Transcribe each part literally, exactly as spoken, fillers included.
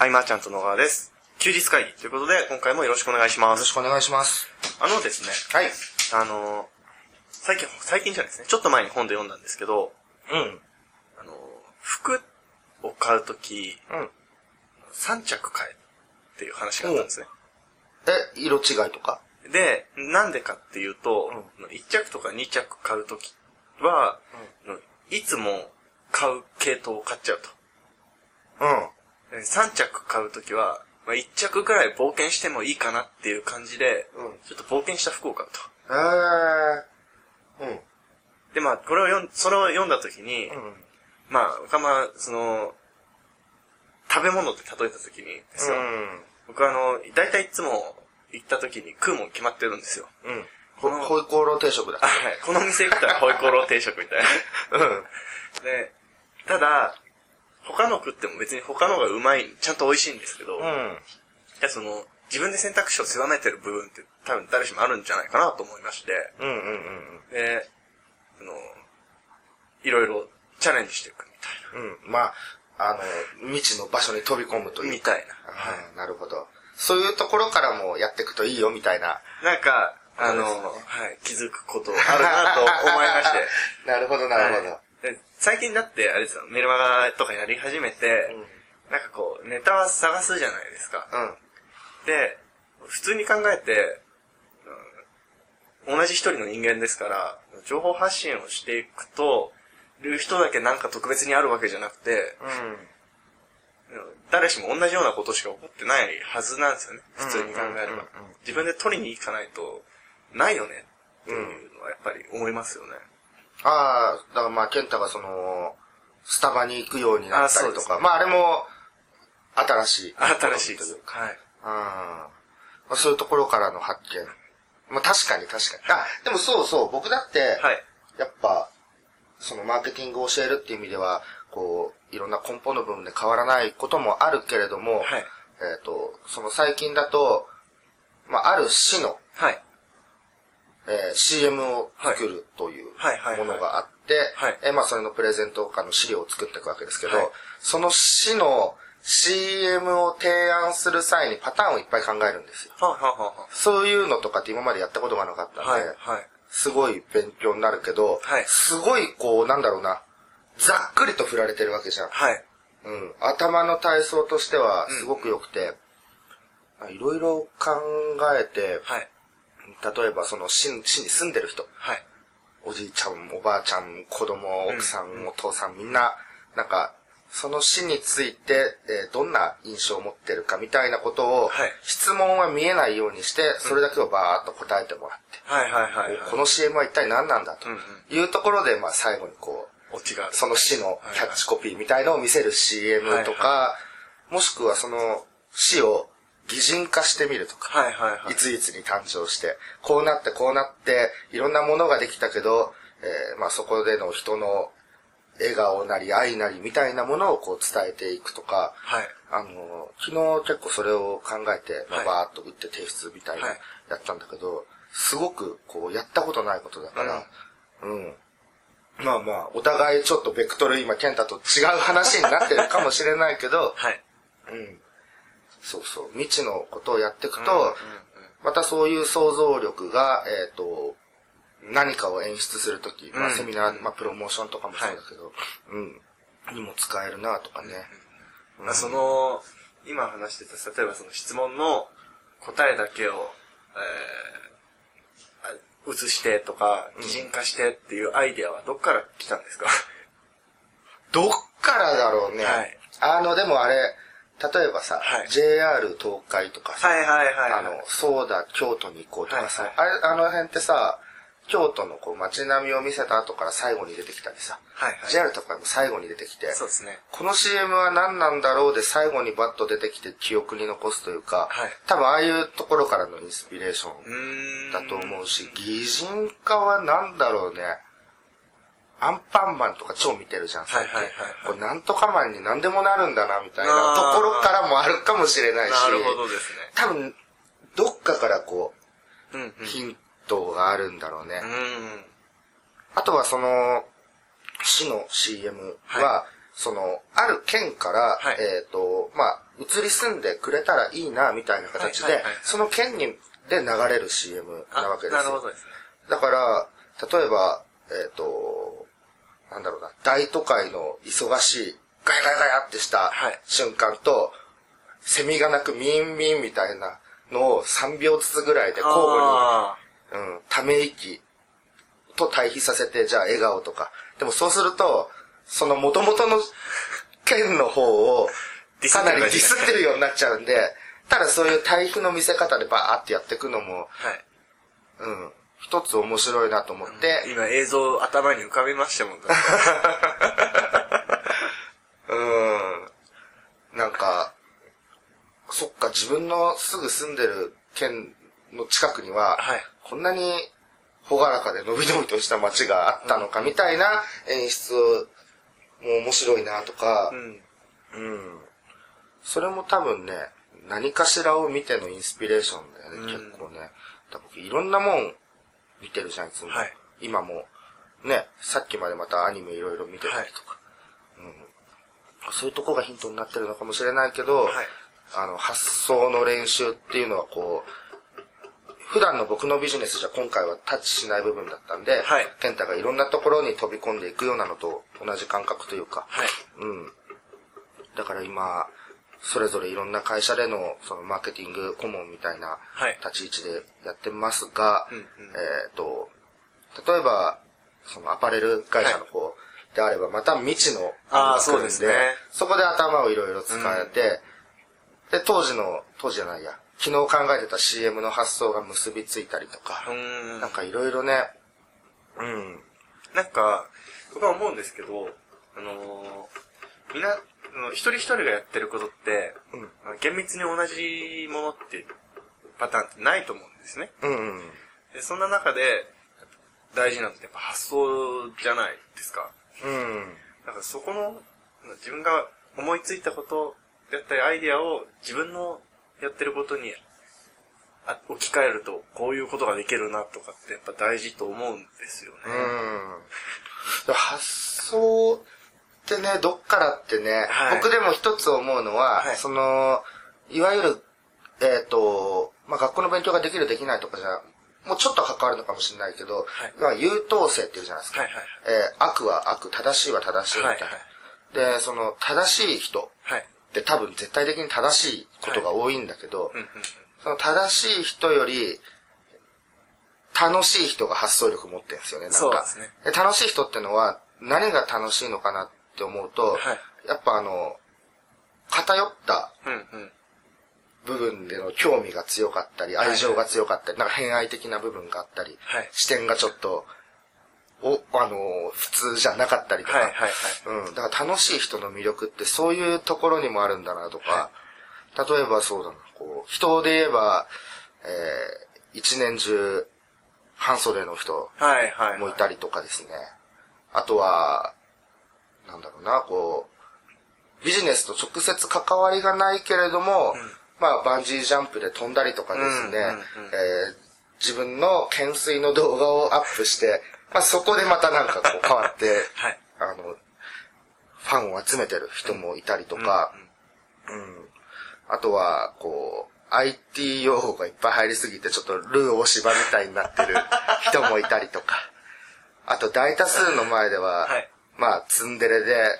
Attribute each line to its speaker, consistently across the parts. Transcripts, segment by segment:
Speaker 1: はい、まーちゃんと野川です。休日会議ということで、今回もよろしくお願いします。
Speaker 2: よろしくお願いします。
Speaker 1: あのですね。
Speaker 2: はい。
Speaker 1: あのー、最近、最近じゃないですね。ちょっと前に本で読んだんですけど、
Speaker 2: うん。
Speaker 1: あのー、服を買うとき、
Speaker 2: うん。
Speaker 1: さん着買えっていう話があったんですね。
Speaker 2: え、色違いとか？
Speaker 1: で、なんでかっていうと、うん、いち着とかに着買うときは、うん、いつも買う系統を買っちゃうと。うん。さん着買うときは、まあ、いち着ぐらい冒険してもいいかなっていう感じで、うん、ちょっと冒険した服を買うと。
Speaker 2: へー。うん。
Speaker 1: で、まあ、これを読ん、それを読んだときに、うん、まあ、僕はまあ、その、食べ物って例えたときにですよ。うん、僕はあの、だいたいいつも行ったときに食うもん決まってるんですよ。
Speaker 2: うん。このホイコーロー定食だ。
Speaker 1: はい。この店行ったらホイコーロー定食みたいな。うん。で、ただ、他の食っても別に他のがうまい、ちゃんと美味しいんですけど、うん、いやその、自分で選択肢を狭めてる部分って多分誰しもあるんじゃないかなと思いまして、うんうんうん、で、あの、いろいろチャレンジしていくみたいな。
Speaker 2: うん。まあ、あの、未知の場所に飛び込むという。
Speaker 1: みたいな。
Speaker 2: はい。なるほど。そういうところからもやっていくといいよみたいな。
Speaker 1: なんか、あの、ね、はい、気づくことあるなと思いまして。
Speaker 2: なるほど、なるほど。はい
Speaker 1: で最近だって、あれですよ、メルマガとかやり始めて、うん、なんかこう、ネタは探すじゃないですか。うん、で、普通に考えて、うん、同じ一人の人間ですから、情報発信をしていくと、る人だけなんか特別にあるわけじゃなくて、うん、誰しも同じようなことしか起こってないはずなんですよね。普通に考えれば。自分で取りに行かないと、ないよね、っていうのはやっぱり思いますよね。
Speaker 2: ああ、だからまあ、ケンタがその、スタバに行くようになったりとか、あまああれも、新しい。
Speaker 1: 新しいです。
Speaker 2: はい。あまあ、そういうところからの発見。まあ確かに確かに。あ、でもそうそう、僕だって、はい、やっぱ、そのマーケティングを教えるっていう意味では、こう、いろんな根本の部分で変わらないこともあるけれども、はい、えっと、その最近だと、まあある市の、はい、えー、シーエム を作るというものがあって、えまあそれのプレゼントとかの資料を作っていくわけですけど、はい、その市の シーエム を提案する際にパターンをいっぱい考えるんですよ。はははそういうのとかって今までやったことがなかったんで、はいはい、すごい勉強になるけど、はい、すごいこうなんだろうな、ざっくりと振られてるわけじゃん。はい、うん、頭の体操としてはすごく良くて、いろいろ考えて、はい例えばその市、市に住んでる人、はい、おじいちゃん、おばあちゃん、子供、奥さん、うん、お父さんみんな、なんか、その市について、えー、どんな印象を持ってるかみたいなことを、はい、質問は見えないようにして、それだけをバーっと答えてもらって、はいはいはいはい、この シーエム は一体何なんだというところで、まあ最後にこう、その市のキャッチコピーみたいのを見せる シーエム とか、はいはい、もしくはその市を擬人化してみるとか、はいはいはい、いついつに誕生して、こうなってこうなって、いろんなものができたけど、えー、まあそこでの人の笑顔なり愛なりみたいなものをこう伝えていくとか、はい、あの、昨日結構それを考えて、まあ、バーッと打って提出みたいなやったんだけど、すごくこうやったことないことだから、うん、うん。まあまあ、お互いちょっとベクトル今、ケンタと違う話になってるかもしれないけど、はい、うん。そうそう。未知のことをやっていくと、うんうんうん、またそういう想像力が、えっと、何かを演出するとき、まあセミナー、まあプロモーションとかもそうだけど、はい、うん、にも使えるなとかね。
Speaker 1: うんうん、その、今話してた、例えばその質問の答えだけを、えー、写してとか、擬人化してっていうアイディアはどっから来たんですか？
Speaker 2: どっからだろうね。はい、あの、でもあれ、例えばさ、はい、ジェイアール 東海とかさ、はいはいはいはい、あの、そうだ、京都に行こうとかさ、はいはい、あれ、あの辺ってさ、京都のこう街並みを見せた後から最後に出てきたりさ、はいはい、ジェイアール とかも最後に出てきて、そうですね、この シーエム は何なんだろうで最後にバッと出てきて記憶に残すというか、はい、多分ああいうところからのインスピレーションだと思うし、擬人化は何だろうね、アンパンマンとか超見てるじゃん。はいはいはい、はい。これなんとかマンに何でもなるんだなみたいなところからもあるかもしれないし。
Speaker 1: なるほどですね。
Speaker 2: 多分、どっかからこう、うんうん、ヒントがあるんだろうね。うんうん、あとはその、市の シーエム は、はい、 その、ある県から、はい、えっと、まあ、移り住んでくれたらいいな、みたいな形で、はいはいはいはい、その県に、で流れる シーエム なわけですよ。
Speaker 1: なるほどですね。
Speaker 2: だから、例えば、えっと、なんだろうな、大都会の忙しい、ガヤガヤガヤってした瞬間と、はい、セミが鳴くミーンミーンみたいなのをさんびょうずつぐらいで交互に、うん、ため息と対比させて、じゃあ笑顔とか。でもそうすると、その元々の県の方をかなりディスってるようになっちゃうんで、ただそういう対比の見せ方でバーってやっていくのも、はい、うん、一つ面白いなと思って。
Speaker 1: うん、今映像頭に浮かびましたもんね。
Speaker 2: うん。なんか、そっか、自分のすぐ住んでる県の近くには、はい、こんなに朗らかでのびのびとした街があったのかみたいな演出も面白いなとか、うん。うん。それも多分ね、何かしらを見てのインスピレーションだよね、うん、結構ね。だからいろんなもん見てるじゃん、いつも。はい、今も、ね、さっきまでまたアニメいろいろ見てたりとか、はい、うん。そういうとこがヒントになってるのかもしれないけど、はい、あの、発想の練習っていうのはこう、普段の僕のビジネスじゃ今回はタッチしない部分だったんで、はい、健太がいろんなところに飛び込んでいくようなのと同じ感覚というか、はい、うん。だから今、それぞれいろんな会社でのそのマーケティング顧問みたいな立ち位置でやってますが、はいうんうん、えっと、例えば、そのアパレル会社の方であれば、また未知の
Speaker 1: 案が来るんで、そ, でね、
Speaker 2: そこで頭をいろいろ使えて、うん、で、当時の、当時じゃないや、昨日考えてた シーエム の発想が結びついたりとか、うんなんかいろいろね、うん。
Speaker 1: なんか、僕は思うんですけど、あのー、みんな、一人一人がやってることって、うん、厳密に同じものっていうパターンってないと思うんですね。うんうん、でそんな中で大事なのってやっぱ発想じゃないですか。うん、だからそこの自分が思いついたことだったりアイディアを自分のやってることに置き換えるとこういうことができるなとかってやっぱ大事と思うんですよね。
Speaker 2: うん、発想ってね、どっからってね、はい、僕でも一つ思うのは、はい、その、いわゆる、えっと、まあ、学校の勉強ができるできないとかじゃ、もうちょっと関わるのかもしれないけど、はい、優等生っていうじゃないですか。はいはいえー、悪は悪、正しいは正しいみたいな。はいはい、で、その、正しい人って多分絶対的に正しいことが多いんだけど、はい、その正しい人より、楽しい人が発想力持ってるんですよね、なんか。
Speaker 1: そうですね。
Speaker 2: で楽しい人ってのは、何が楽しいのかなって思うと、はい、やっぱあの、偏った部分での興味が強かったり、愛情が強かったり、なんか偏愛的な部分があったり、はい、視点がちょっと、お、あの、普通じゃなかったりとか、はいはいはい、うん。だから楽しい人の魅力ってそういうところにもあるんだなとか、はい、例えばそうだな、こう、人で言えば、えー、一年中、半袖の人もいたりとかですね。はいはいはい、あとは、なんだろうな、こう、ビジネスと直接関わりがないけれども、うん、まあ、バンジージャンプで飛んだりとかですね、うんうんうんえー、自分の懸垂の動画をアップして、まあ、そこでまたなんかこう変わって、はい、あの、ファンを集めてる人もいたりとか、うんうんうん、あとは、こう、アイティー 用語がいっぱい入りすぎて、ちょっとルー大芝みたいになってる人もいたりとか、あと大多数の前では、はいまあ、ツンデレで、はい、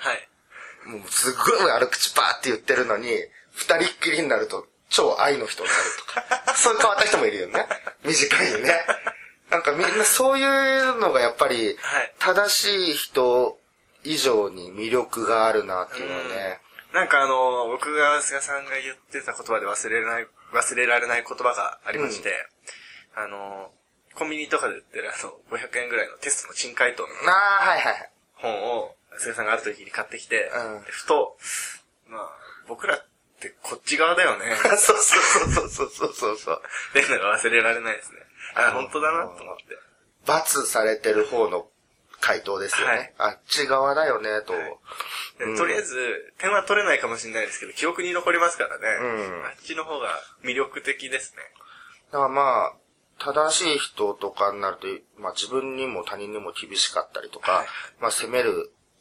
Speaker 2: もうすっごい悪口バーって言ってるのに、二人っきりになると超愛の人になるとか、そういう変わった人もいるよね。短いよね。なんかみんなそういうのがやっぱり、正しい人以上に魅力があるなっていうのはね。
Speaker 1: んなんかあの、僕が菅さんが言ってた言葉で忘れられない、忘れられない言葉がありまして、うん、あの、コンビニとかで売ってるあの、ごひゃくえんぐらいのテストの珍回答の。
Speaker 2: ああ、はいはい。
Speaker 1: 本を、菅さんがある時に買ってきて、うん、ふと、まあ、僕らってこっち側だよね。
Speaker 2: そうそうそうそうそうそう。
Speaker 1: っていうのが忘れられないですね。あ、本当だなと思って。
Speaker 2: 罰されてる方の回答ですよね。はい、あっち側だよね、と、はい
Speaker 1: うん。とりあえず、点は取れないかもしれないですけど、記憶に残りますからね。うん、あっちの方が魅力的ですね。
Speaker 2: だからまあ、正しい人とかになると、まあ自分にも他人にも厳しかったりとか、はい、まあ責める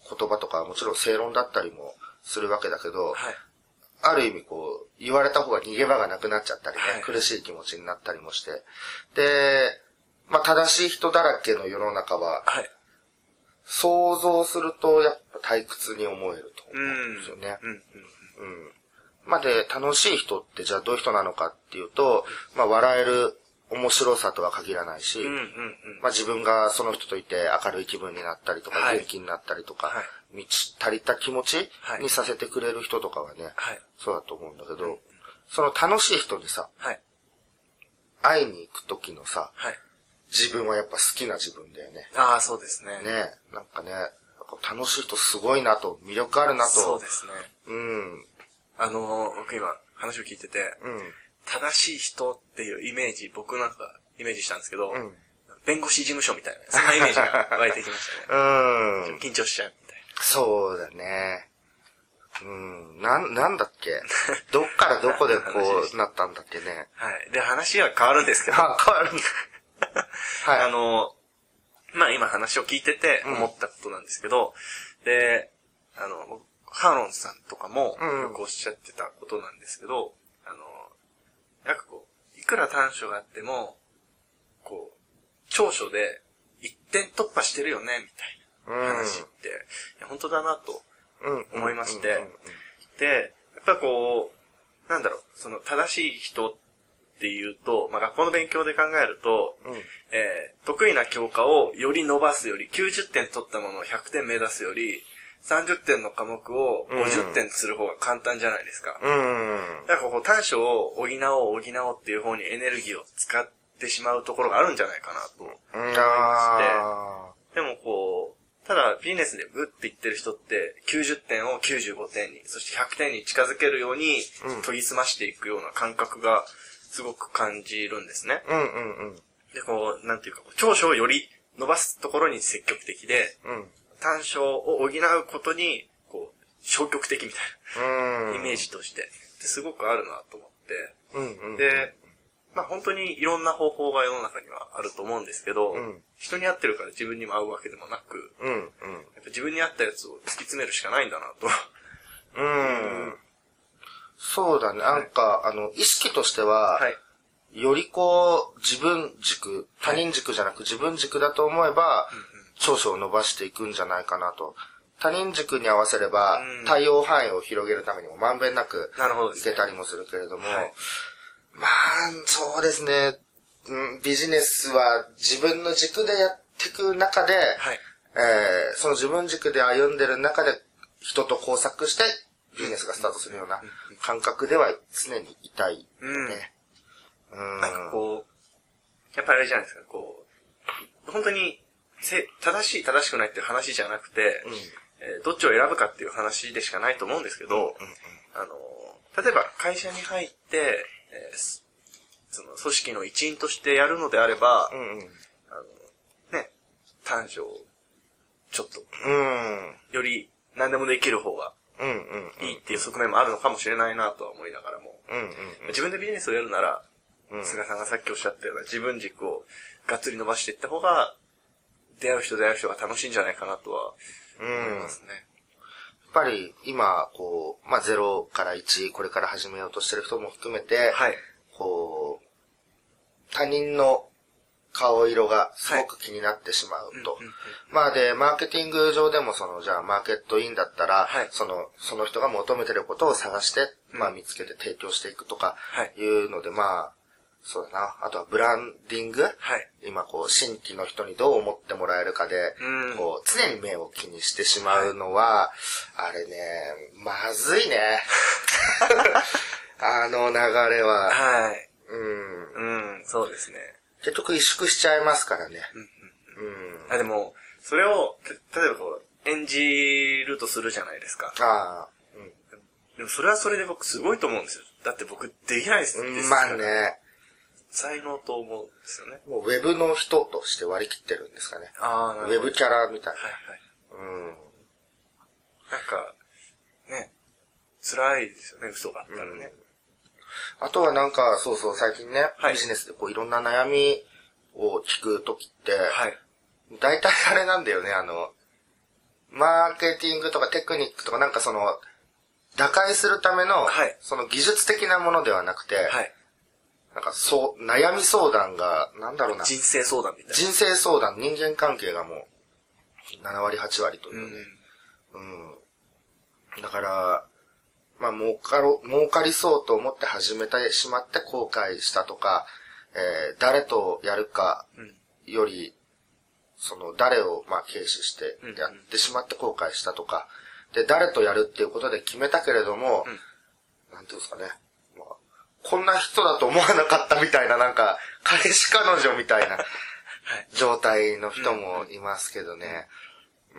Speaker 2: 言葉とかもちろん正論だったりもするわけだけど、
Speaker 1: はい、
Speaker 2: ある意味こう、言われた方が逃げ場がなくなっちゃったりね、
Speaker 1: はい、
Speaker 2: 苦しい気持ちになったりもして。で、まあ正しい人だらけの世の中は、はい、想像するとやっぱ退屈に思えると思うんですよね。うんうんうんうん、まあで、楽しい人ってじゃあどういう人なのかっていうと、まあ笑える面白さとは限らないし、うんうんうん、まあ自分がその人といて明るい気分になったりとか、はい、元気になったりとか、はい、満ち足りた気持ちにさせてくれる人とかはね、はい、そうだと思うんだけど、うん、その楽しい人にさ、はい、会いに行く時のさ、はい、自分はやっぱ好きな自分だよね。
Speaker 1: ああ、そうですね。
Speaker 2: ね、なんかね、楽しい人すごいなと、魅力あるなと。
Speaker 1: そうですね。
Speaker 2: うん。
Speaker 1: あの、僕今話を聞いてて、うん、正しい人っていうイメージ、僕なんかイメージしたんですけど、うん、弁護士事務所みたいな、そんなイメージが湧いてきましたね。うん。緊張しちゃうみたいな。
Speaker 2: そうだね。うん。なん、なんだっけどっからどこでこうなったんだっけね。
Speaker 1: はい。で、話は変わるんですけど。
Speaker 2: あ、変わるんだ。
Speaker 1: はい。あの、まあ今話を聞いてて思ったことなんですけど、うん、で、あの、ハーロンさんとかもよくおっしゃってたことなんですけど、うん、あの、なんかこう、いくら短所があっても、こう、長所で一点突破してるよね、みたいな話って、うん、いや本当だなと思いまして、で、やっぱこう、なんだろう、その正しい人っていうと、まあ学校の勉強で考えると、うん、えー、得意な教科をより伸ばすより、きゅうじゅってん取ったものをひゃくてん目指すより、さんじゅってんの科目をごじゅってんする方が簡単じゃないですか。うん。だからこう短所を補おう補おうっていう方にエネルギーを使ってしまうところがあるんじゃないかなと思いまして。でもこう、ただビジネスでグッていってる人ってきゅうじゅってんをきゅうじゅうごてんに、そしてひゃくてんに近づけるように研ぎ澄ましていくような感覚がすごく感じるんですね。うんうんうん。で、こう、なんていうか、長所をより伸ばすところに積極的で、うん、短所を補うことに、こう、消極的みたいな、イメージとして、ですごくあるなと思って、うんうん、で、まあ本当にいろんな方法が世の中にはあると思うんですけど、うん、人に合ってるから自分にも合うわけでもなく、うんうん、やっぱ自分に合ったやつを突き詰めるしかないんだなと。
Speaker 2: うん、そうだね。なんか、はい、あの、意識としては、はい、よりこう、自分軸、他人軸じゃなく自分軸だと思えば、うんうん、長所を伸ばしていくんじゃないかなと。他人軸に合わせれば、うん、対応範囲を広げるためにもまんべんなくいけたりもするけれども、はい、まあ、そうですね、うん、ビジネスは自分の軸でやっていく中で、はい、えー、その自分軸で歩んでる中で人と交錯してビジネスがスタートするような感覚では常にいたいよね。
Speaker 1: うん、なんかこう、やっぱりあれじゃないですか、こう、本当にせ正しい正しくないっていう話じゃなくて、うんえー、どっちを選ぶかっていう話でしかないと思うんですけど、うんうんうん、あの、例えば会社に入って、えー、その組織の一員としてやるのであれば、うんうん、あのね、短所をちょっと、うん、より何でもできる方がいいっていう側面もあるのかもしれないなとは思いながらも、うんうんうん、自分でビジネスをやるなら、うん、菅さんがさっきおっしゃったような自分軸をがっつり伸ばしていった方が、出会う人出会う人が楽しいんじゃないかなとは思いますね。うん、や
Speaker 2: っぱり今、こう、まあ、ゼロからいち、これから始めようとしてる人も含めて、はい、こう、他人の顔色がすごく気になってしまうと。はい、まあで、マーケティング上でもその、じゃあマーケットインだったら、はい、その、その人が求めてることを探して、うん、まあ見つけて提供していくとか、いうので、はい、まあ、そうだな。あとはブランディング、はい、今こう新規の人にどう思ってもらえるかで、うん、こう常に目を気にしてしまうのは、はい、あれね、まずいね。あの流れは。はい。
Speaker 1: うん。うん、そうですね。
Speaker 2: 結局萎縮しちゃいますからね。
Speaker 1: うん。うん。あ、でも、それを、例えばこう、演じるとするじゃないですか。ああ。うん。でもそれはそれで僕すごいと思うんですよ。だって僕できないですよ。
Speaker 2: まあね。
Speaker 1: 才能と思うんですよね。
Speaker 2: もうウェブの人として割り切ってるんですかね。ああ、なるほど。ウェブキャラみたいな。はいはい。うん。なん
Speaker 1: か、ね、辛いですよね、嘘があったらね。
Speaker 2: うん、あとはなんか、そうそう、最近ね、はい、ビジネスでこういろんな悩みを聞くときって、はい、大体あれなんだよね、あの、 マーケティングとかテクニックとかなんかその、打開するための、はい、その技術的なものではなくて、はい、なんかそう、悩み相談が、なんだろうな。
Speaker 1: 人生相談みたいな。
Speaker 2: 人生相談、人間関係がもう、ななわりはちわりというね。うん。うん、だから、まあ、儲かろ、儲かりそうと思って始めてしまって後悔したとか、えー、誰とやるかより、うん、その、誰を、まあ、軽視してやってしまって後悔したとか、で、誰とやるっていうことで決めたけれども、うん、なんていうんですかね。まあ、こんな人だと思わなかったみたいな、なんか、彼氏彼女みたいな状態の人もいますけどね。うん。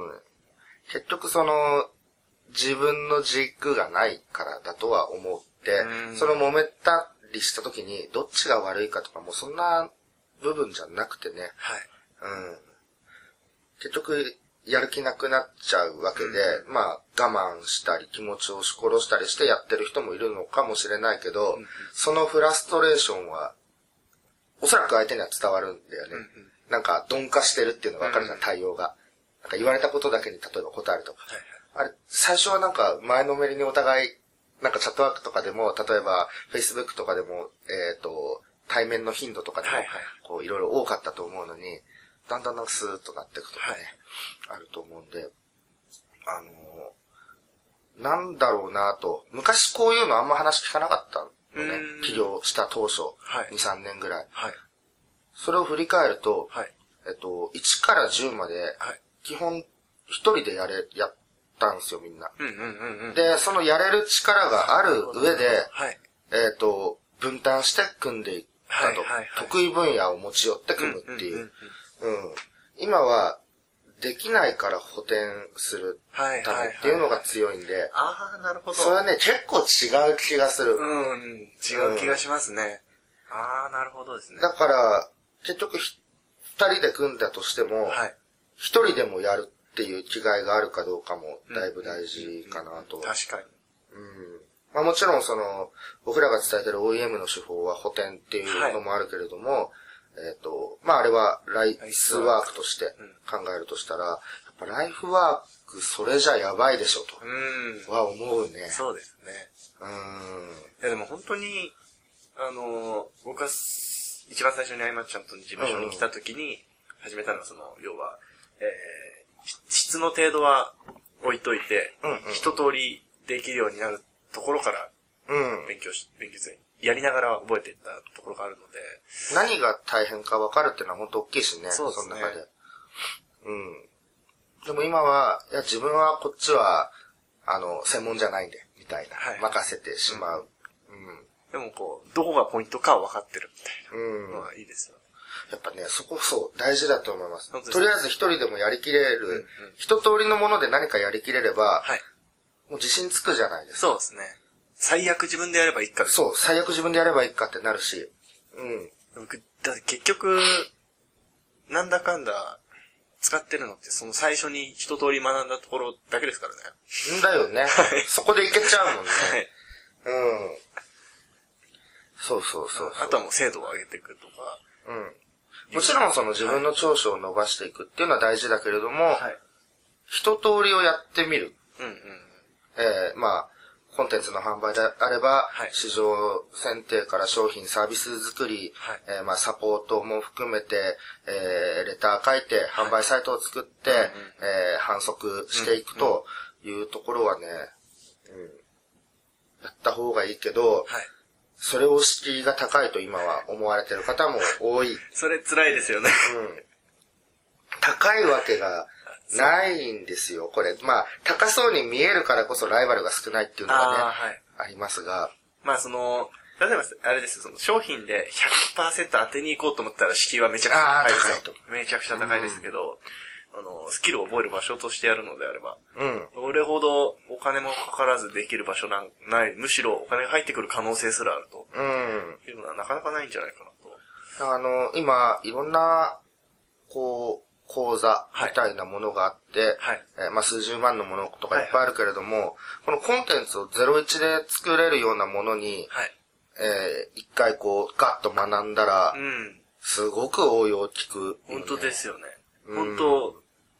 Speaker 2: 結局その、自分の軸がないからだとは思って、その揉めたりした時に、どっちが悪いかとかもそんな部分じゃなくてね。はい。うん。結局、やる気なくなっちゃうわけで、うん、まあ我慢したり気持ちを押し殺したりしてやってる人もいるのかもしれないけど、うん、そのフラストレーションはおそらく相手には伝わるんだよね。うん、なんか鈍化してるっていうのがわかるじゃん、対応が。なんか言われたことだけに例えば答えるとか。はいはい、あれ、最初はなんか前のめりにお互い、なんかチャットワークとかでも、例えば Facebook とかでも、えっと、対面の頻度とかでも、はいはい、こういろいろ多かったと思うのに、だんだんなんかスーッとなっていくとかね、はい、あると思うんで、あのー、なんだろうなと、昔こういうのあんま話聞かなかったのね、起業した当初、はい、に、さんねんぐらい。はい、それを振り返ると、はい、えっと、いちからじゅうまで、はい、基本一人でやれ、やったんですよ、みんな。うんうんうんうん、で、そのやれる力がある上で、はい、えっと、分担して組んでいったと、はいはいはい、得意分野を持ち寄って組むっていう。うんうんうんうんうん、今は、できないから補填するためっていうのが強いんで。はいはいはい、
Speaker 1: ああ、なるほど。
Speaker 2: それはね、結構違う気がする。
Speaker 1: うん、違う気がしますね。うん、ああ、なるほどですね。
Speaker 2: だから、結局、二人で組んだとしても、はい、一人でもやるっていう気概があるかどうかもだいぶ大事かなと。
Speaker 1: うんうんうん、確かに。
Speaker 2: うん。まあもちろんその、僕らが伝えてる オーイーエム の手法は補填っていうのもあるけれども、はい、えっと、まあ、あれはライフワークとして考えるとしたら、やっぱライフワークそれじゃやばいでしょと。うん。は思うね。
Speaker 1: そうですね。うん。いやでも本当に、あの、僕は一番最初にあいまちゃんと事務所に来た時に始めたのはその、要は、えー、質の程度は置いといて、うんうん、一通りできるようになるところから勉強し、うん、勉強する。やりながら覚えていったところがあるので。
Speaker 2: 何が大変か分かるっていうのは本当大きいしね。そうですね。その中で。うん。でも今は、いや自分はこっちは、あの、専門じゃないんで、みたいな。はい、任せてしまう、うん。
Speaker 1: うん。でもこう、どこがポイントかは分かってるみたいな。うん。のはいいですよ。
Speaker 2: やっぱね、そこそう大事だと思います。とりあえず一人でもやりきれる、うんうん、一通りのもので何かやりきれれば、はい、もう自信つくじゃないですか。
Speaker 1: そうですね。最悪自分でやればいいか。
Speaker 2: そう、最悪自分でやればいいかってなるし。うん。
Speaker 1: だって結局、なんだかんだ、使ってるのってその最初に一通り学んだところだけですからね。
Speaker 2: んだよね。そこでいけちゃうもんね。はい。うん。そうそうそうそう。
Speaker 1: あとはもう精度を上げていくとか。
Speaker 2: うん。もちろんその自分の長所を伸ばしていくっていうのは大事だけれども、はい、一通りをやってみる。うんうん。えー、まあ、コンテンツの販売であれば、はい、市場選定から商品サービス作り、はい、えー、まあサポートも含めて、えー、レター書いて、販売サイトを作って、はい、えー、販促していくというところはね、うんうん、やった方がいいけど、はい、それを敷居が高いと今は思われてる方も多い。
Speaker 1: それ辛いですよね。うん。
Speaker 2: 高いわけがないんですよ、これ。まあ、高そうに見えるからこそライバルが少ないっていうのがね、あ、はい、ありますが。
Speaker 1: まあ、その、例えば、あれですよ、その商品で ひゃくパーセント 当てに行こうと思ったら敷居はめちゃくちゃ高いですよ。めちゃくちゃ高いですけど、うん、あの、スキルを覚える場所としてやるのであれば、うん。それほどお金もかからずできる場所なんない、むしろお金が入ってくる可能性すらあると。うん。いうのはなかなかないんじゃないかな
Speaker 2: と。あの、今、いろんな、こう、講座みたいなものがあって、はい、えー、まあ数十万のものとかいっぱいあるけれども、はいはい、このコンテンツをゼロイチで作れるようなものに、はい、えー、一回こうガッと学んだら、うん、すごく応用効く、
Speaker 1: ね。本当ですよね。うん、本当、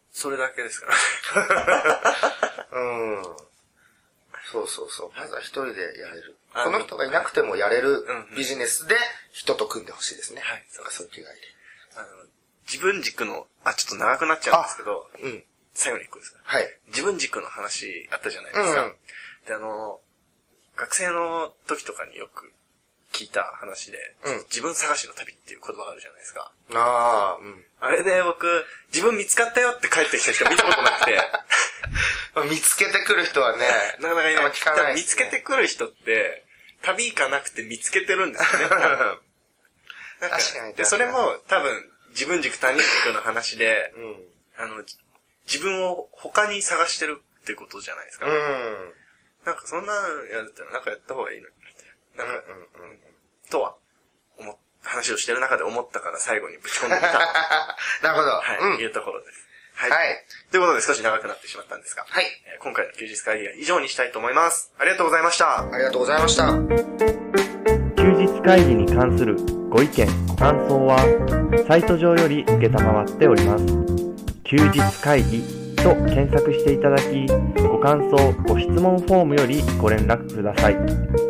Speaker 1: それだけですからね。
Speaker 2: うん。そうそうそう。まずは一人でやれる。この人がいなくてもやれるビジネスで人と組んでほしいですね。
Speaker 1: はい。
Speaker 2: そうか、そういう気概で。
Speaker 1: あの、自分軸の、あ、ちょっと長くなっちゃうんですけど、うん。最後に一個ですか。
Speaker 2: はい。
Speaker 1: 自分軸の話あったじゃないですか。うん、で、あの、学生の時とかによく聞いた話で、うん、自分探しの旅っていう言葉があるじゃないですか。
Speaker 2: ああ、うん。
Speaker 1: あれで僕、自分見つかったよって帰ってきた人見たことなくて。
Speaker 2: 見つけてくる人はね、
Speaker 1: なかなか今聞かない、ね。見つけてくる人って、旅行かなくて見つけてるんですよね。確かに。で、それも多分、自分軸他人軸の話で、うん、あの、自分を他に探してるってことじゃないですか。うん、なんかそんなやったらなんかやった方がいいのに。なんか、うんうんうん、とは、思っ、話をしてる中で思ったから最後にぶち込んでみた。
Speaker 2: なるほど。
Speaker 1: はい、うん、いうところです。はい。
Speaker 2: はい。
Speaker 1: ということで少し長くなってしまったんですが、
Speaker 2: はい。
Speaker 1: えー、今回の休日会議は以上にしたいと思います。ありがとうございました。
Speaker 2: ありがとうございました。
Speaker 3: 休日会議に関するご意見、ご感想は、サイト上より受けたまわっております。休日会議と検索していただき、ご感想、ご質問フォームよりご連絡ください。